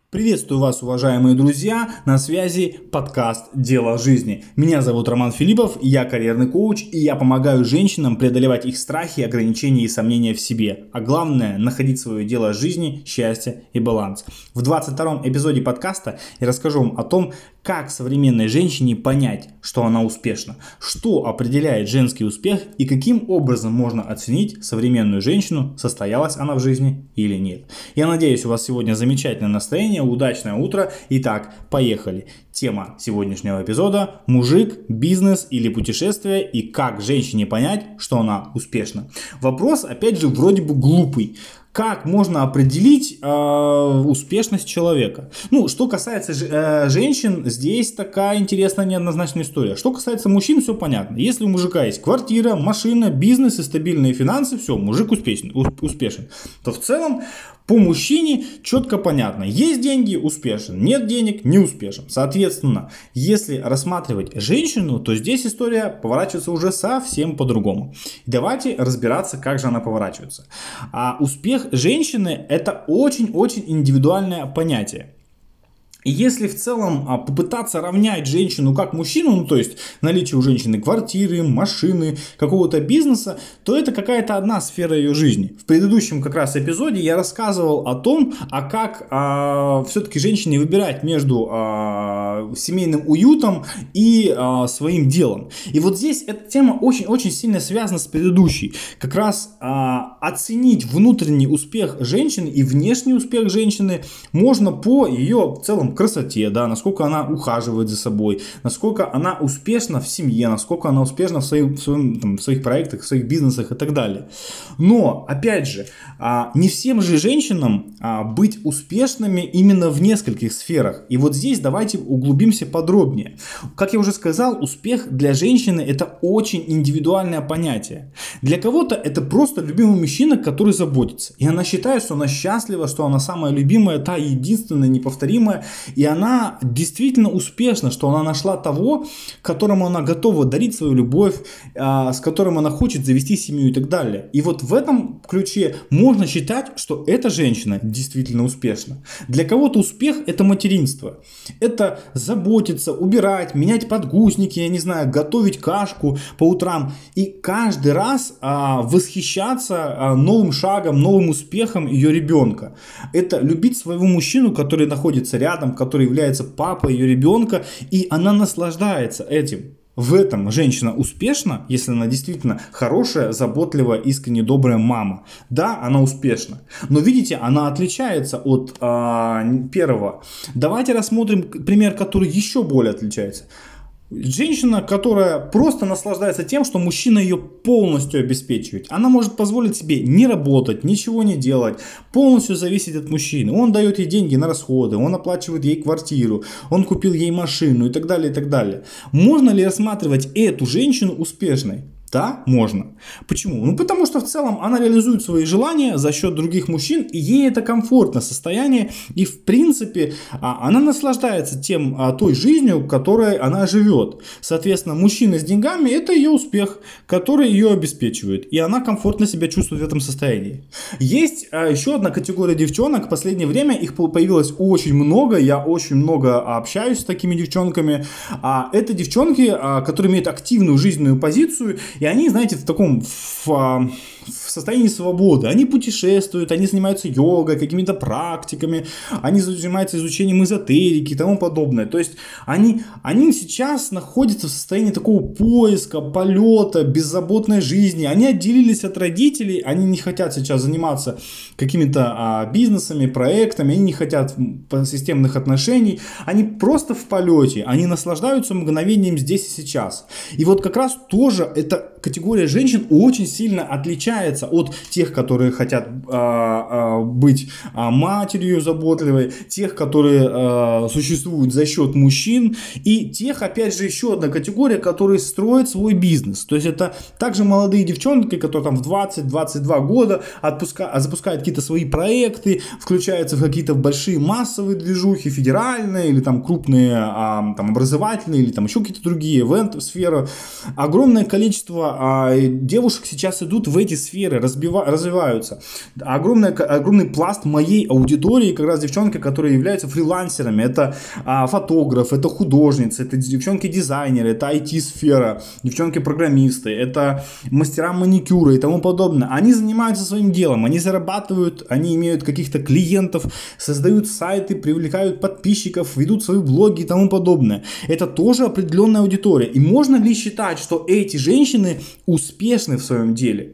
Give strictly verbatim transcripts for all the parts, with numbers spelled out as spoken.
Приветствую вас, уважаемые друзья, на связи подкаст «Дело жизни». Меня зовут Роман Филиппов, я карьерный коуч, и я помогаю женщинам преодолевать их страхи, ограничения и сомнения в себе. А главное, находить свое дело жизни, счастье и баланс. В двадцать втором эпизоде подкаста я расскажу вам о том, как современной женщине понять, что она успешна, что определяет женский успех и каким образом можно оценить современную женщину, состоялась она в жизни или нет. Я надеюсь, у вас сегодня замечательное настроение, удачное утро. Итак, поехали. Тема сегодняшнего эпизода – мужик, бизнес или путешествие и как женщине понять, что она успешна. Вопрос, опять же, вроде бы глупый. Как можно определить э, успешность человека? Ну, что касается ж, э, женщин, здесь такая интересная неоднозначная история. Что касается мужчин, все понятно. Если у мужика есть квартира, машина, бизнес и стабильные финансы, все, мужик успешен, успешен. То в целом по мужчине четко понятно. Есть деньги – успешен, нет денег – не успешен. Соответственно, если рассматривать женщину, то здесь история поворачивается уже совсем по-другому. Давайте разбираться, как же она поворачивается. А успех женщины – это очень-очень индивидуальное понятие. И если в целом а, попытаться равнять женщину как мужчину, ну то есть наличие у женщины квартиры, машины, какого-то бизнеса, то это какая-то одна сфера ее жизни. В предыдущем как раз эпизоде я рассказывал о том, а как а, все-таки женщине выбирать между а, семейным уютом и а, своим делом. И вот здесь эта тема очень-очень сильно связана с предыдущей. Как раз а, оценить внутренний успех женщины и внешний успех женщины можно по ее в целом красоте, да, насколько она ухаживает за собой, насколько она успешна в семье, насколько она успешна в своих, в своем, там, в своих проектах, в своих бизнесах и так далее. Но, опять же, не всем же женщинам быть успешными именно в нескольких сферах. И вот здесь давайте углубимся подробнее. Как я уже сказал, успех для женщины – это очень индивидуальное понятие. Для кого-то это просто любимый мужчина, который заботится. И она считает, что она счастлива, что она самая любимая, та единственная, неповторимая. И она действительно успешна, что она нашла того, которому она готова дарить свою любовь, с которым она хочет завести семью и так далее. И вот в этом ключе можно считать, что эта женщина действительно успешна. Для кого-то успех – это материнство. Это заботиться, убирать, менять подгузники, я не знаю, готовить кашку по утрам. И каждый раз а, восхищаться а, новым шагом, новым успехом ее ребенка. Это любить своего мужчину, который находится рядом, который является папой ее ребенка, и она наслаждается этим. В этом женщина успешна, если она действительно хорошая, заботливая, искренне добрая мама. Да, она успешна. Но видите, она отличается от э, первого. Давайте рассмотрим пример, который еще более отличается. Женщина, которая просто наслаждается тем, что мужчина ее полностью обеспечивает. Она может позволить себе не работать, ничего не делать, полностью зависеть от мужчины. Он дает ей деньги на расходы, он оплачивает ей квартиру, он купил ей машину и так далее, и так далее. Можно ли рассматривать эту женщину успешной? Да, можно. Почему? Ну, потому что в целом она реализует свои желания за счет других мужчин, и ей это комфортное состояние, и в принципе она наслаждается тем, той жизнью, которой она живет. Соответственно, мужчина с деньгами – это ее успех, который ее обеспечивает, и она комфортно себя чувствует в этом состоянии. Есть еще одна категория девчонок, в последнее время их появилось очень много, я очень много общаюсь с такими девчонками. Это девчонки, которые имеют активную жизненную позицию, и они, знаете, в таком в, в состоянии свободы. Они путешествуют, они занимаются йогой, какими-то практиками, они занимаются изучением эзотерики и тому подобное. То есть они, они сейчас находятся в состоянии такого поиска, полета, беззаботной жизни. Они отделились от родителей, они не хотят сейчас заниматься какими-то а, бизнесами, проектами, они не хотят системных отношений. Они просто в полете, они наслаждаются мгновением здесь и сейчас. И вот как раз тоже это категория женщин очень сильно отличается от тех, которые хотят а, а, быть а, матерью заботливой, тех, которые а, существуют за счет мужчин, и тех, опять же, еще одна категория, которые строят свой бизнес. То есть это также молодые девчонки, которые там в двадцать-двадцать два года отпуска... запускают какие-то свои проекты, включаются в какие-то большие массовые движухи, федеральные или там крупные а, там, образовательные или там еще какие-то другие ивент-сферы. Огромное количество а, девушек сейчас идут в эти сферы, разбива, развиваются. Огромный, огромный пласт моей аудитории как раз девчонки, которые являются фрилансерами. Это а, фотограф, это художницы, это девчонки-дизайнеры, это ай ти-сфера, девчонки-программисты, это мастера маникюра и тому подобное. Они занимаются своим делом, они зарабатывают, они имеют каких-то клиентов, создают сайты, привлекают подписчиков, ведут свои блоги и тому подобное. Это тоже определенная аудитория. И можно ли считать, что эти женщины успешны в своем деле?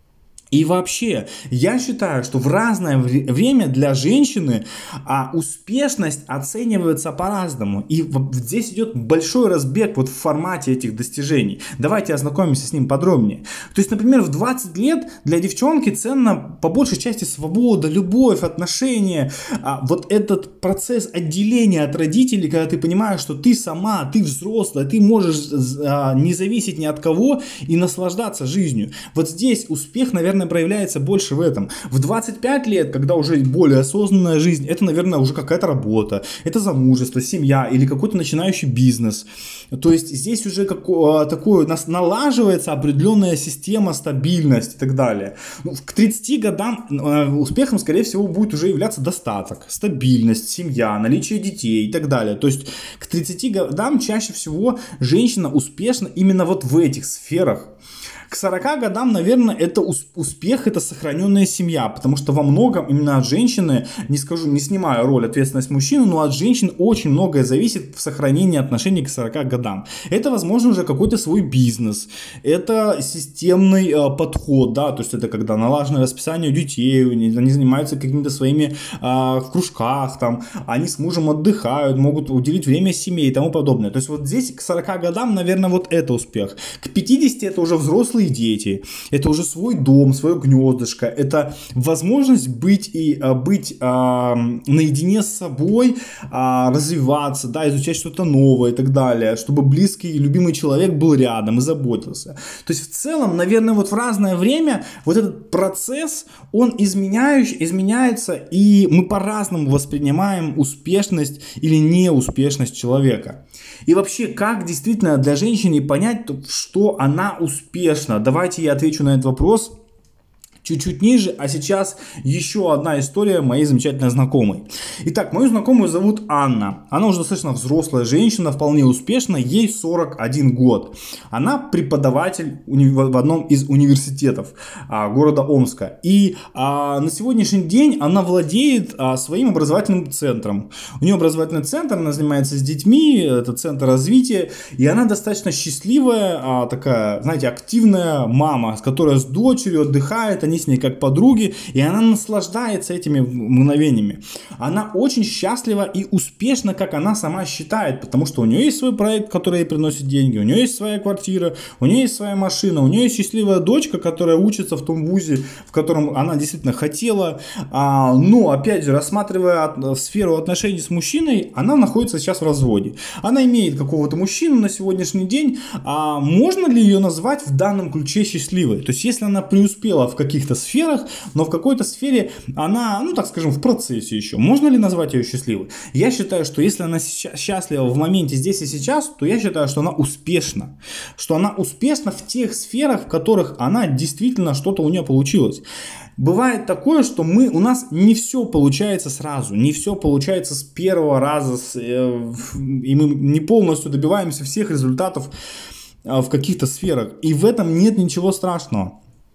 И вообще, я считаю, что в разное время для женщины а, успешность оценивается по-разному. И в, здесь идет большой разбег вот в формате этих достижений. Давайте ознакомимся с ним подробнее. То есть, например, в двадцать лет для девчонки ценна по большей части свобода, любовь, отношения. А, вот этот процесс отделения от родителей, когда ты понимаешь, что ты сама, ты взрослая, ты можешь а, не зависеть ни от кого и наслаждаться жизнью. Вот здесь успех, наверное, проявляется больше в этом. В двадцать пять лет, когда уже более осознанная жизнь, это, наверное, уже какая-то работа, это замужество, семья или какой-то начинающий бизнес. То есть здесь уже как, такое налаживается определенная система, стабильность и так далее. К тридцати годам успехом, скорее всего, будет уже являться достаток, стабильность, семья, наличие детей и так далее. То есть к тридцати годам чаще всего женщина успешна именно вот в этих сферах. К сорока годам, наверное, это успех, это сохраненная семья, потому что во многом именно от женщины, не скажу, не снимая роль ответственность мужчины, но от женщин очень многое зависит в сохранении отношений к сорока годам. Это, возможно, уже какой-то свой бизнес, это системный э, подход, да, то есть это когда налажено расписание детей, они занимаются какими-то своими э, в кружках, там, они с мужем отдыхают, могут уделить время семье и тому подобное. То есть вот здесь к сорока годам, наверное, вот это успех. К пятидесяти это уже взрослые дети, это уже свой дом, свое гнездышко, это возможность быть и а, быть а, наедине с собой, а, развиваться, да, изучать что-то новое и так далее, чтобы близкий и любимый человек был рядом и заботился. То есть в целом, наверное, вот в разное время вот этот процесс, он изменяющий, изменяется, и мы по-разному воспринимаем успешность или неуспешность человека. И вообще, как действительно для женщины понять, что она успешна? Давайте я отвечу на этот вопрос чуть-чуть ниже, а сейчас еще одна история моей замечательной знакомой. Итак, мою знакомую зовут Анна. Она уже достаточно взрослая женщина, вполне успешная, ей сорок один год. Она преподаватель в одном из университетов а, города Омска. И а, на сегодняшний день она владеет а, своим образовательным центром. У нее образовательный центр, она занимается с детьми, это центр развития, и она достаточно счастливая, а, такая, знаете, активная мама, которая с дочерью отдыхает, они с ней как подруги, и она наслаждается этими мгновениями. Она очень счастлива и успешна, как она сама считает, потому что у нее есть свой проект, который ей приносит деньги, у нее есть своя квартира, у нее есть своя машина, у нее есть счастливая дочка, которая учится в том вузе, в котором она действительно хотела. А, но, опять же, рассматривая сферу отношений с мужчиной, она находится сейчас в разводе. Она имеет какого-то мужчину на сегодняшний день. А можно ли ее назвать в данном ключе счастливой? То есть, если она преуспела в каких-то сферах, но в какой-то сфере она, ну так скажем, в процессе еще. Можно ли назвать ее счастливой? Я считаю, что если она счастлива в моменте здесь и сейчас, то я считаю, что она успешна. Что она успешна в тех сферах, в которых она действительно что-то у нее получилось. Бывает такое, что мы, у нас не все получается сразу, не все получается с первого раза, э, и мы не полностью добиваемся всех результатов э, в каких-то сферах. И в этом нет ничего страшного.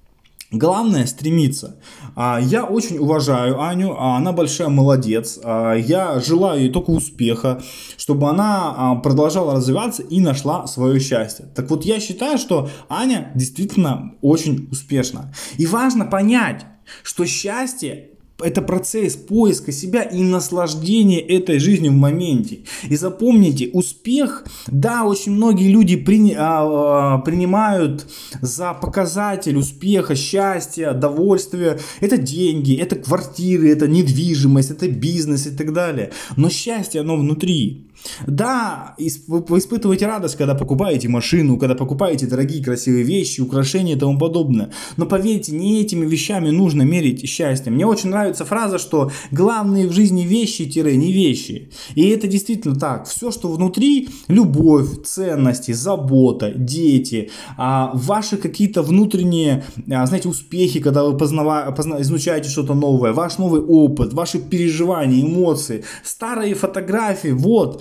Главное стремиться. Я очень уважаю Аню, она большая молодец. Я желаю ей только успеха, чтобы она продолжала развиваться и нашла свое счастье. Так вот, я считаю, что Аня действительно очень успешна. И важно понять, что счастье — это процесс поиска себя и наслаждения этой жизнью в моменте. И запомните, успех, да, очень многие люди при, а, а, принимают за показатель успеха, счастья, довольствия. Это деньги, это квартиры, это недвижимость, это бизнес и так далее. Но счастье, оно внутри. Да, вы испытываете радость, когда покупаете машину, когда покупаете дорогие красивые вещи, украшения и тому подобное. Но поверьте, не этими вещами нужно мерить счастье. Мне очень нравится фраза, что главные в жизни вещи-не вещи. И это действительно так. Все, что внутри, любовь, ценности, забота, дети, ваши какие-то внутренние, знаете, успехи, когда вы познава, позна, изучаете что-то новое, ваш новый опыт, ваши переживания, эмоции, старые фотографии, вот.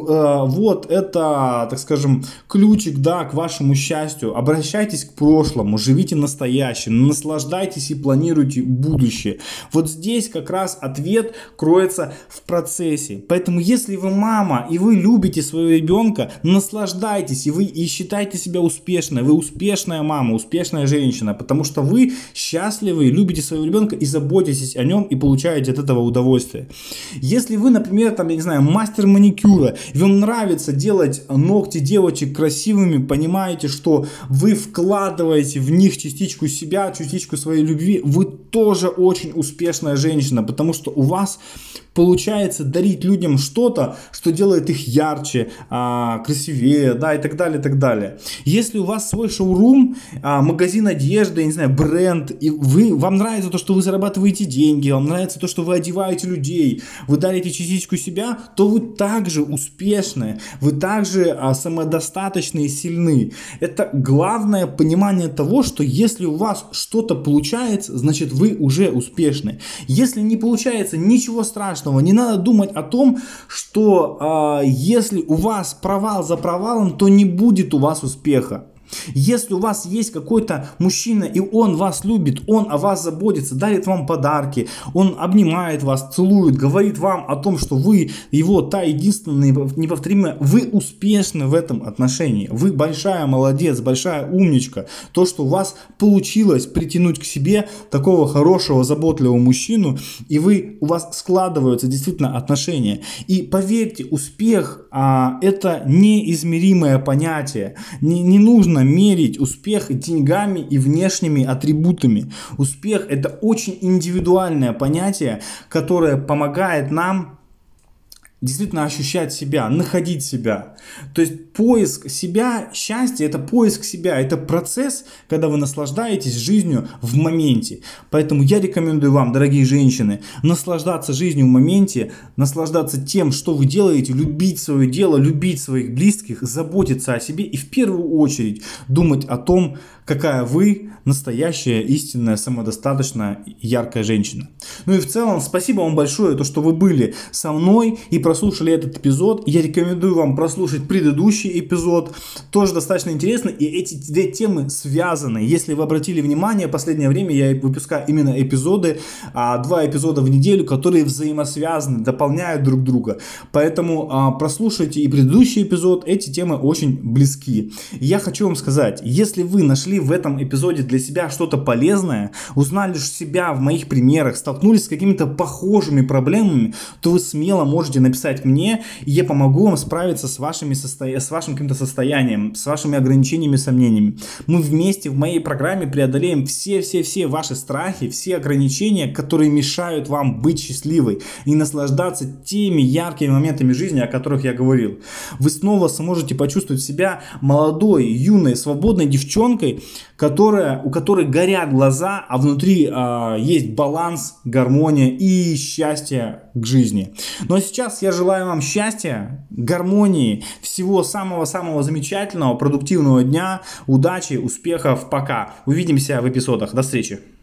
Вот это, так скажем, ключик, да, к вашему счастью. Обращайтесь к прошлому, живите настоящим, наслаждайтесь и планируйте будущее. Вот здесь как раз ответ кроется в процессе. Поэтому если вы мама и вы любите своего ребенка, наслаждайтесь и вы и считайте себя успешной. Вы успешная мама, успешная женщина, потому что вы счастливы, любите своего ребенка и заботитесь о нем и получаете от этого удовольствие. Если вы, например, там, я не знаю, мастер маникюра, вам нравится делать ногти девочек красивыми, понимаете, что вы вкладываете в них частичку себя, частичку своей любви, вы тоже очень успешная женщина, потому что у вас получается дарить людям что-то, что делает их ярче, а, красивее, да, и так далее, и так далее. Если у вас свой шоурум, а, магазин одежды, я не знаю, бренд, и вы, вам нравится то, что вы зарабатываете деньги, вам нравится то, что вы одеваете людей, вы дарите частичку себя, то вы также успешны, вы также а, самодостаточны и сильны. Это главное понимание того, что если у вас что-то получается, значит вы уже успешны. Если не получается, ничего страшного. Не надо думать о том, что э, если у вас провал за провалом, то не будет у вас успеха. Если у вас есть какой-то мужчина, и он вас любит, он о вас заботится, дарит вам подарки, он обнимает вас, целует, говорит вам о том, что вы его та единственная неповторимая, вы успешны в этом отношении. Вы большая молодец, большая умничка. То, что у вас получилось притянуть к себе такого хорошего, заботливого мужчину, и вы, у вас складываются действительно отношения. И поверьте, успех а, это неизмеримое понятие. Не, не нужно мерить успех деньгами и внешними атрибутами. Успех — это очень индивидуальное понятие, которое помогает нам действительно ощущать себя, находить себя. То есть поиск себя, счастье — это поиск себя, это процесс, когда вы наслаждаетесь жизнью в моменте. Поэтому я рекомендую вам, дорогие женщины, наслаждаться жизнью в моменте, наслаждаться тем, что вы делаете, любить свое дело, любить своих близких, заботиться о себе и в первую очередь думать о том, какая вы настоящая, истинная, самодостаточная, яркая женщина. Ну и в целом, спасибо вам большое, то, что вы были со мной и прослушали этот эпизод. Я рекомендую вам прослушать предыдущий эпизод, тоже достаточно интересный, и эти две темы связаны. Если вы обратили внимание, в последнее время я выпускаю именно эпизоды, два эпизода в неделю, которые взаимосвязаны, дополняют друг друга. Поэтому прослушайте и предыдущий эпизод, эти темы очень близки. Я хочу вам сказать, если вы нашли в этом эпизоде для себя что-то полезное, узнали себя в моих примерах, столкнулись с какими-то похожими проблемами, то вы смело можете написать мне, и я помогу вам справиться с, вашими состо... с вашим каким-то состоянием, с вашими ограничениями, сомнениями. Мы вместе в моей программе преодолеем все-все-все ваши страхи, все ограничения, которые мешают вам быть счастливой и наслаждаться теми яркими моментами жизни, о которых я говорил. Вы снова сможете почувствовать себя молодой, юной, свободной девчонкой, которая, у которой горят глаза, а внутри э, есть баланс, гармония и счастье к жизни. Ну а сейчас я желаю вам счастья, гармонии, всего самого-самого замечательного, продуктивного дня, удачи, успехов, пока. Увидимся в эпизодах. До встречи.